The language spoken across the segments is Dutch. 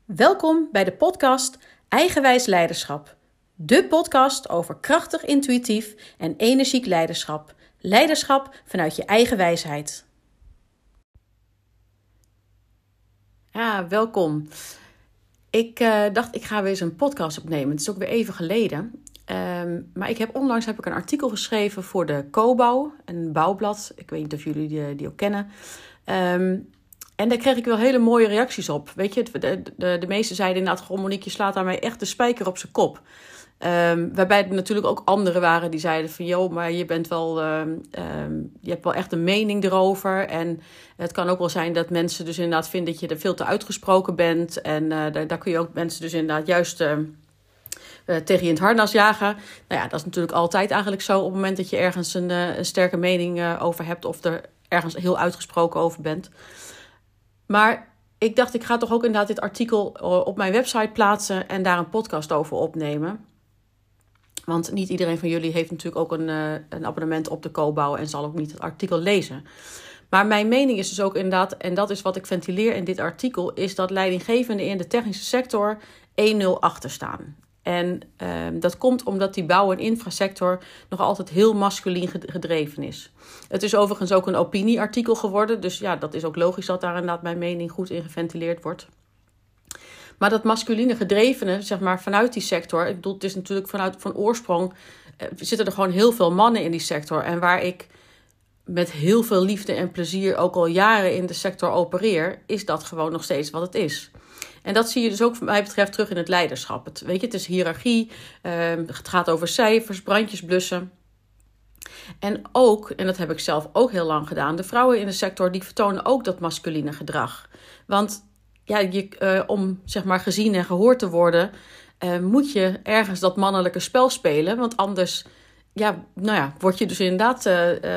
Welkom bij de podcast Eigenwijs Leiderschap. De podcast over krachtig, intuïtief en energiek leiderschap. Leiderschap vanuit je eigen wijsheid. Ja, welkom. Ik dacht, ik ga weer eens een podcast opnemen. Het is ook weer even geleden. Maar onlangs heb ik een artikel geschreven voor de Cobouw, een bouwblad. Ik weet niet of jullie die ook kennen. En daar kreeg ik wel hele mooie reacties op. Weet je, de meesten zeiden inderdaad, Monique, je slaat daarmee echt de spijker op zijn kop. Waarbij er natuurlijk ook anderen waren die zeiden van, joh, maar je bent wel, je hebt wel echt een mening erover. En het kan ook wel zijn dat mensen dus inderdaad vinden dat je er veel te uitgesproken bent. En daar kun je ook mensen dus inderdaad juist tegen je in het harnas jagen. Nou ja, dat is natuurlijk altijd eigenlijk zo op het moment dat je ergens een sterke mening over hebt of er ergens heel uitgesproken over bent. Maar ik dacht, ik ga toch ook inderdaad dit artikel op mijn website plaatsen en daar een podcast over opnemen. Want niet iedereen van jullie heeft natuurlijk ook een abonnement op de Cobouw en zal ook niet het artikel lezen. Maar mijn mening is dus ook inderdaad, en dat is wat ik ventileer in dit artikel, is dat leidinggevenden in de technische sector 1-0 achter staan. En dat komt omdat die bouw- en infrasector nog altijd heel masculien gedreven is. Het is overigens ook een opinieartikel geworden. Dus ja, dat is ook logisch dat daar inderdaad mijn mening goed in geventileerd wordt. Maar dat masculine gedrevene, zeg maar, vanuit die sector. Ik bedoel, het is natuurlijk van oorsprong zitten er gewoon heel veel mannen in die sector. En waar ik met heel veel liefde en plezier ook al jaren in de sector opereer, is dat gewoon nog steeds wat het is. En dat zie je dus ook wat mij betreft terug in het leiderschap. Het is hiërarchie, het gaat over cijfers, brandjes blussen. En ook, en dat heb ik zelf ook heel lang gedaan, de vrouwen in de sector die vertonen ook dat masculine gedrag. Want ja, om zeg maar gezien en gehoord te worden, moet je ergens dat mannelijke spel spelen. Want anders word je dus inderdaad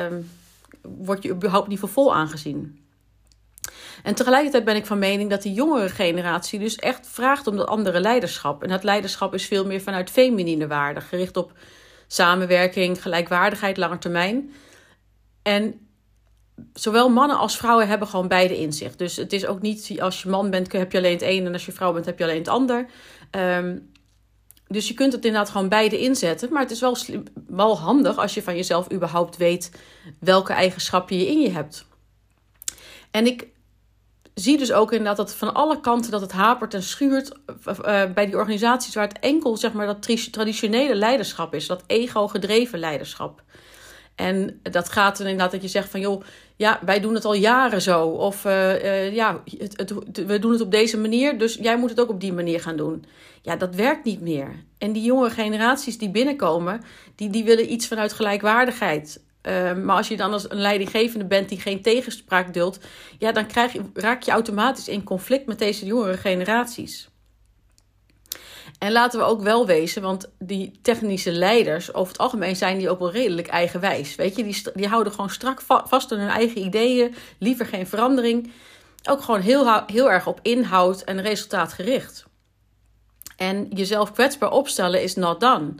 word je überhaupt niet voor vol aangezien. En tegelijkertijd ben ik van mening dat de jongere generatie dus echt vraagt om dat andere leiderschap. En dat leiderschap is veel meer vanuit feminine waarden, gericht op samenwerking, gelijkwaardigheid, lange termijn. En zowel mannen als vrouwen hebben gewoon beide in zich. Dus het is ook niet, als je man bent heb je alleen het een en als je vrouw bent heb je alleen het ander. Dus je kunt het inderdaad gewoon beide inzetten. Maar het is wel handig als je van jezelf überhaupt weet welke eigenschappen je in je hebt. En ik zie dus ook inderdaad dat van alle kanten dat het hapert en schuurt bij die organisaties waar het enkel zeg maar dat traditionele leiderschap is. Dat ego-gedreven leiderschap. En dat gaat er inderdaad dat je zegt van joh, ja, wij doen het al jaren zo. Of we doen het op deze manier, dus jij moet het ook op die manier gaan doen. Ja, dat werkt niet meer. En die jonge generaties die binnenkomen, die willen iets vanuit gelijkwaardigheid. Maar als je dan als een leidinggevende bent die geen tegenspraak duldt, ja, dan raak je automatisch in conflict met deze jongere generaties. En laten we ook wel wezen, want die technische leiders, over het algemeen zijn die ook wel redelijk eigenwijs. Weet je, die houden gewoon strak vast aan hun eigen ideeën, liever geen verandering. Ook gewoon heel erg op inhoud en resultaatgericht. En jezelf kwetsbaar opstellen is not done.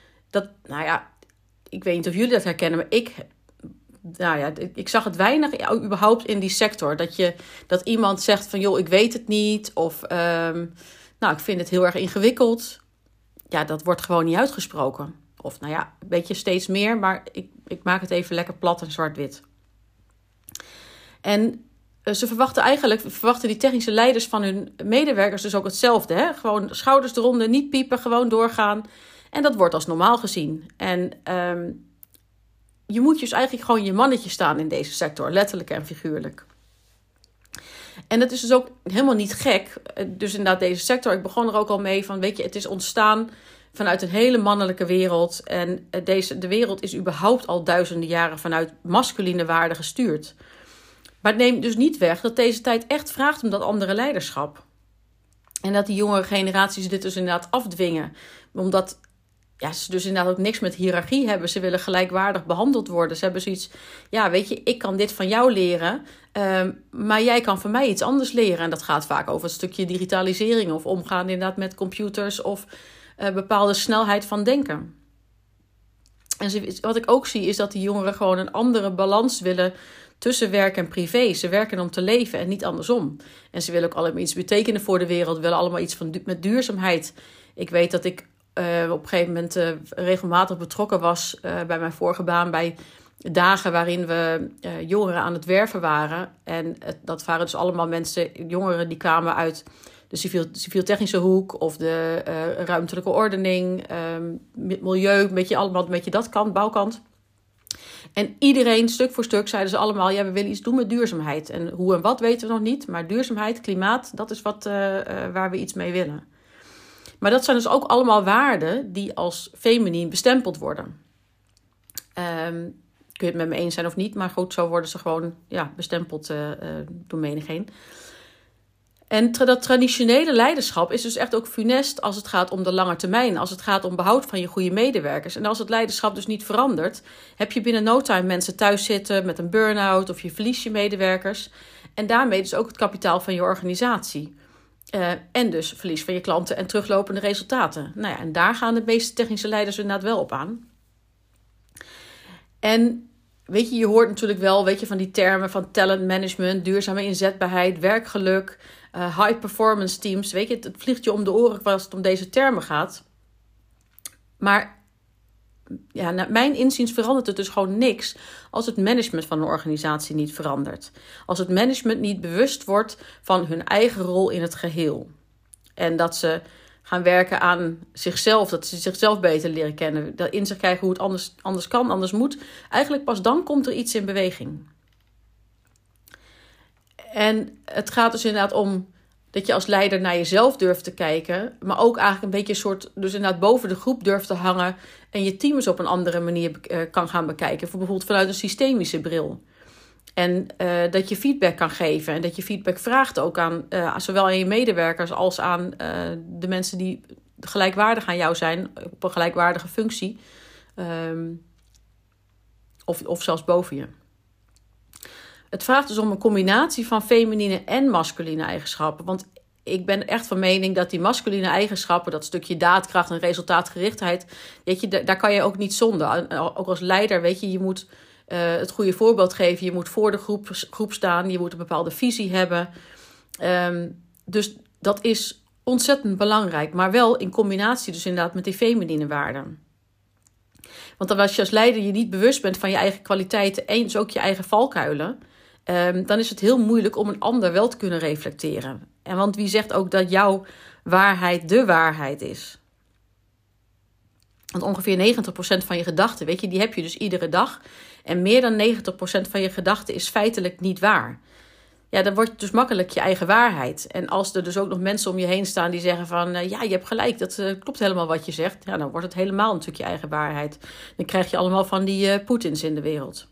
Ik weet niet of jullie dat herkennen, maar ik zag het weinig überhaupt in die sector. Dat iemand zegt van joh, ik weet het niet. Of ik vind het heel erg ingewikkeld. Ja, dat wordt gewoon niet uitgesproken. Of een beetje steeds meer, maar ik maak het even lekker plat en zwart-wit. En ze verwachten die technische leiders van hun medewerkers dus ook hetzelfde. Hè? Gewoon schouders eronder, niet piepen, gewoon doorgaan. En dat wordt als normaal gezien. En je moet dus eigenlijk gewoon je mannetje staan in deze sector, letterlijk en figuurlijk. En dat is dus ook helemaal niet gek. Dus inderdaad deze sector, ik begon er ook al mee van, weet je, het is ontstaan vanuit een hele mannelijke wereld. En de wereld is überhaupt al duizenden jaren vanuit masculine waarden gestuurd. Maar het neemt dus niet weg dat deze tijd echt vraagt om dat andere leiderschap. En dat die jongere generaties dit dus inderdaad afdwingen. Omdat ze dus inderdaad ook niks met hiërarchie hebben. Ze willen gelijkwaardig behandeld worden. Ze hebben zoiets, ja, weet je, ik kan dit van jou leren, maar jij kan van mij iets anders leren. En dat gaat vaak over een stukje digitalisering of omgaan inderdaad met computers of bepaalde snelheid van denken. En wat ik ook zie is dat die jongeren gewoon een andere balans willen tussen werk en privé. Ze werken om te leven en niet andersom. En ze willen ook allemaal iets betekenen voor de wereld. Willen allemaal iets met duurzaamheid. Ik weet dat ik op een gegeven moment regelmatig betrokken was bij mijn vorige baan bij dagen waarin we jongeren aan het werven waren. En dat waren dus allemaal jongeren die kwamen uit de civiel-technische hoek of de ruimtelijke ordening, milieu, een beetje dat kant, bouwkant. En iedereen, stuk voor stuk, zeiden ze allemaal, ja, we willen iets doen met duurzaamheid. En hoe en wat weten we nog niet, maar duurzaamheid, klimaat, dat is waar we iets mee willen. Maar dat zijn dus ook allemaal waarden die als feminien bestempeld worden. Kun je het met me eens zijn of niet, maar goed, zo worden ze gewoon bestempeld door menigeen. En dat traditionele leiderschap is dus echt ook funest als het gaat om de lange termijn. Als het gaat om behoud van je goede medewerkers. En als het leiderschap dus niet verandert, heb je binnen no time mensen thuis zitten met een burn-out of je verliest je medewerkers. En daarmee dus ook het kapitaal van je organisatie. En dus verlies van je klanten en teruglopende resultaten. Nou ja, en daar gaan de meeste technische leiders inderdaad wel op aan. En weet je hoort natuurlijk wel van die termen van talent management, duurzame inzetbaarheid, werkgeluk, high performance teams. Weet je, het vliegt je om de oren als het om deze termen gaat. Maar ja, naar mijn inziens verandert het dus gewoon niks als het management van een organisatie niet verandert. Als het management niet bewust wordt van hun eigen rol in het geheel. En dat ze gaan werken aan zichzelf, dat ze zichzelf beter leren kennen. Dat inzicht krijgen hoe het anders kan, anders moet. Eigenlijk pas dan komt er iets in beweging. En het gaat dus inderdaad om dat je als leider naar jezelf durft te kijken. Maar ook eigenlijk een beetje dus inderdaad boven de groep durft te hangen. En je team eens op een andere manier kan gaan bekijken. Bijvoorbeeld vanuit een systemische bril. En dat je feedback kan geven. En dat je feedback vraagt ook aan zowel aan je medewerkers als aan de mensen die gelijkwaardig aan jou zijn. Op een gelijkwaardige functie. Of zelfs boven je. Het vraagt dus om een combinatie van feminine en masculine eigenschappen. Want ik ben echt van mening dat die masculine eigenschappen, dat stukje daadkracht en resultaatgerichtheid, weet je, daar kan je ook niet zonder. Ook als leider, weet je moet het goede voorbeeld geven. Je moet voor de groep staan. Je moet een bepaalde visie hebben. Dus dat is ontzettend belangrijk. Maar wel in combinatie dus inderdaad met die feminine waarden. Want als je als leider je niet bewust bent van je eigen kwaliteiten en dus ook je eigen valkuilen, dan is het heel moeilijk om een ander wel te kunnen reflecteren. Want wie zegt ook dat jouw waarheid de waarheid is? Want ongeveer 90% van je gedachten, weet je, die heb je dus iedere dag. En meer dan 90% van je gedachten is feitelijk niet waar. Ja, dan wordt het dus makkelijk je eigen waarheid. En als er dus ook nog mensen om je heen staan die zeggen van, ja, je hebt gelijk, dat klopt helemaal wat je zegt. Ja, dan wordt het helemaal natuurlijk je eigen waarheid. Dan krijg je allemaal van die Poetins in de wereld.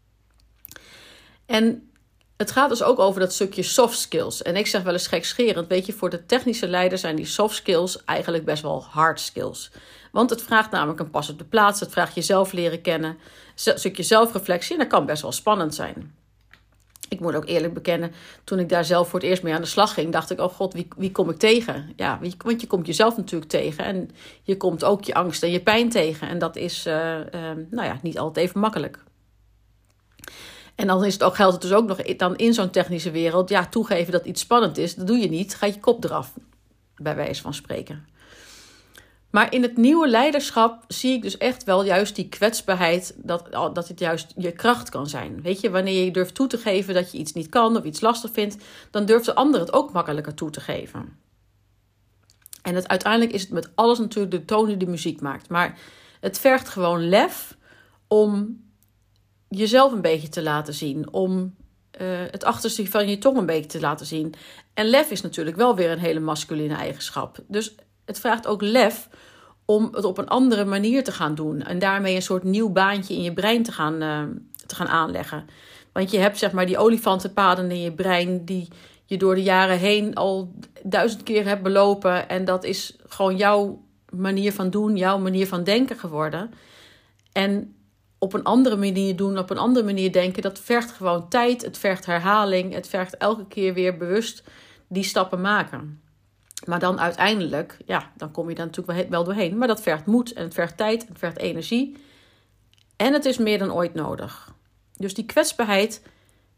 En het gaat dus ook over dat stukje soft skills. En ik zeg wel eens gekscherend, weet je, voor de technische leider zijn die soft skills eigenlijk best wel hard skills. Want het vraagt namelijk een pas op de plaats. Het vraagt jezelf leren kennen. Een stukje zelfreflectie. En dat kan best wel spannend zijn. Ik moet ook eerlijk bekennen, toen ik daar zelf voor het eerst mee aan de slag ging, dacht ik, oh god, wie kom ik tegen? Ja, want je komt jezelf natuurlijk tegen. En je komt ook je angst en je pijn tegen. En dat is niet altijd even makkelijk. En dan geldt het dus ook nog dan in zo'n technische wereld, ja, toegeven dat iets spannend is, dat doe je niet. Gaat je kop eraf, bij wijze van spreken. Maar in het nieuwe leiderschap zie ik dus echt wel juist die kwetsbaarheid, dat het juist je kracht kan zijn. Weet je, wanneer je durft toe te geven dat je iets niet kan of iets lastig vindt, dan durft de ander het ook makkelijker toe te geven. En uiteindelijk is het met alles natuurlijk de toon die de muziek maakt. Maar het vergt gewoon lef om jezelf een beetje te laten zien, om het achterste van je tong een beetje te laten zien. En lef is natuurlijk wel weer een hele masculine eigenschap. Dus het vraagt ook lef om het op een andere manier te gaan doen. En daarmee een soort nieuw baantje in je brein te gaan aanleggen. Want je hebt zeg maar die olifantenpaden in je brein die je door de jaren heen al 1000 keer hebt belopen. En dat is gewoon jouw manier van doen, jouw manier van denken geworden. En op een andere manier doen, op een andere manier denken, dat vergt gewoon tijd. Het vergt herhaling. Het vergt elke keer weer bewust die stappen maken. Maar dan uiteindelijk, ja, dan kom je daar natuurlijk wel doorheen. Maar dat vergt moed en het vergt tijd en het vergt energie. En het is meer dan ooit nodig. Dus die kwetsbaarheid,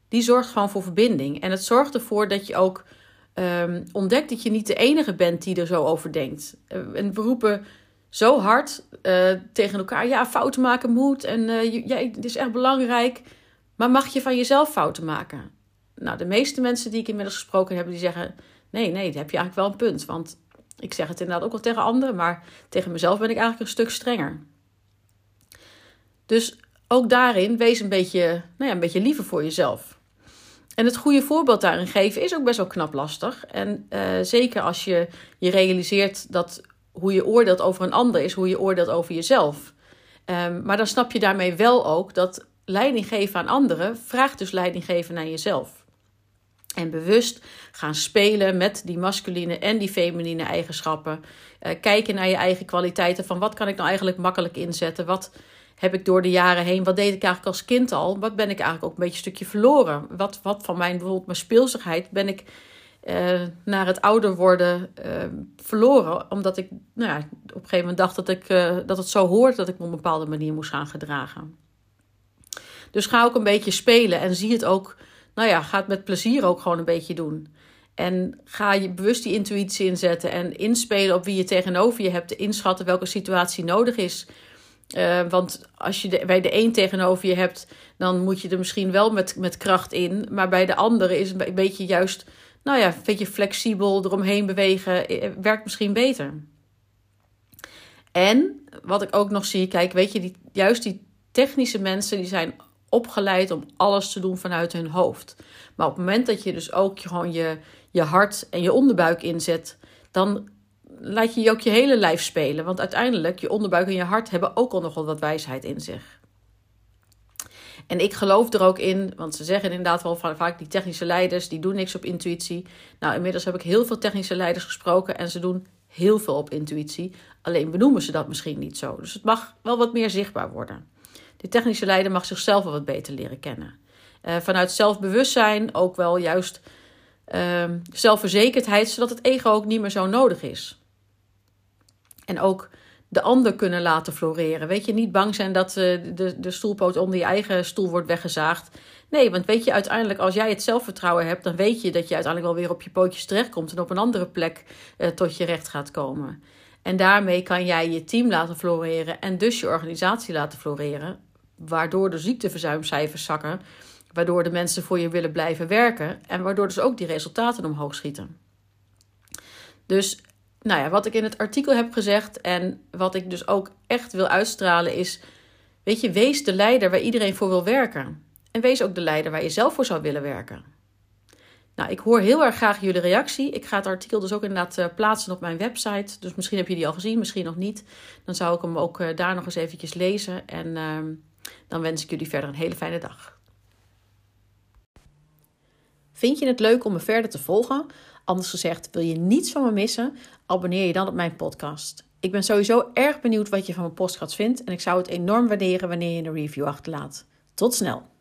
die zorgt gewoon voor verbinding. En het zorgt ervoor dat je ook ontdekt dat je niet de enige bent die er zo over denkt. En we roepen zo hard tegen elkaar, ja, fouten maken moet. En het is echt belangrijk. Maar mag je van jezelf fouten maken? Nou, de meeste mensen die ik inmiddels gesproken heb, die zeggen, nee, daar heb je eigenlijk wel een punt. Want ik zeg het inderdaad ook wel tegen anderen, maar tegen mezelf ben ik eigenlijk een stuk strenger. Dus ook daarin, wees een beetje liever voor jezelf. En het goede voorbeeld daarin geven is ook best wel knap lastig. En zeker als je realiseert dat hoe je oordeelt over een ander is hoe je oordeelt over jezelf. Maar dan snap je daarmee wel ook dat leiding geven aan anderen vraagt dus leiding geven aan jezelf. En bewust gaan spelen met die masculine en die feminine eigenschappen. Kijken naar je eigen kwaliteiten van wat kan ik nou eigenlijk makkelijk inzetten. Wat heb ik door de jaren heen, wat deed ik eigenlijk als kind al? Wat ben ik eigenlijk ook een beetje een stukje verloren? Wat van bijvoorbeeld mijn speelsigheid ben ik naar het ouder worden verloren. Omdat ik op een gegeven moment dacht dat het zo hoort dat ik me op een bepaalde manier moest gaan gedragen. Dus ga ook een beetje spelen en zie het ook, ga het met plezier ook gewoon een beetje doen. En ga je bewust die intuïtie inzetten en inspelen op wie je tegenover je hebt, inschatten welke situatie nodig is. Want als je bij de een tegenover je hebt, dan moet je er misschien wel met kracht in. Maar bij de andere is een beetje juist, een beetje flexibel eromheen bewegen, werkt misschien beter. En wat ik ook nog zie, kijk, weet je, juist die technische mensen, die zijn opgeleid om alles te doen vanuit hun hoofd. Maar op het moment dat je dus ook gewoon je hart en je onderbuik inzet, dan laat je ook je hele lijf spelen. Want uiteindelijk, je onderbuik en je hart hebben ook al nogal wat wijsheid in zich. En ik geloof er ook in, want ze zeggen inderdaad wel vaak die technische leiders, die doen niks op intuïtie. Nou, inmiddels heb ik heel veel technische leiders gesproken en ze doen heel veel op intuïtie. Alleen benoemen ze dat misschien niet zo. Dus het mag wel wat meer zichtbaar worden. De technische leider mag zichzelf wel wat beter leren kennen. Vanuit zelfbewustzijn ook wel juist zelfverzekerdheid, zodat het ego ook niet meer zo nodig is. En ook de ander kunnen laten floreren. Weet je, niet bang zijn dat de stoelpoot onder je eigen stoel wordt weggezaagd. Nee, want weet je, uiteindelijk als jij het zelfvertrouwen hebt, dan weet je dat je uiteindelijk wel weer op je pootjes terechtkomt en op een andere plek tot je recht gaat komen. En daarmee kan jij je team laten floreren en dus je organisatie laten floreren, waardoor de ziekteverzuimcijfers zakken, waardoor de mensen voor je willen blijven werken en waardoor dus ook die resultaten omhoog schieten. Dus wat ik in het artikel heb gezegd en wat ik dus ook echt wil uitstralen is, weet je, wees de leider waar iedereen voor wil werken. En wees ook de leider waar je zelf voor zou willen werken. Nou, ik hoor heel erg graag jullie reactie. Ik ga het artikel dus ook inderdaad plaatsen op mijn website. Dus misschien heb je die al gezien, misschien nog niet. Dan zou ik hem ook daar nog eens eventjes lezen. En dan wens ik jullie verder een hele fijne dag. Vind je het leuk om me verder te volgen? Anders gezegd, wil je niets van me missen? Abonneer je dan op mijn podcast. Ik ben sowieso erg benieuwd wat je van mijn podcast vindt. En ik zou het enorm waarderen wanneer je een review achterlaat. Tot snel!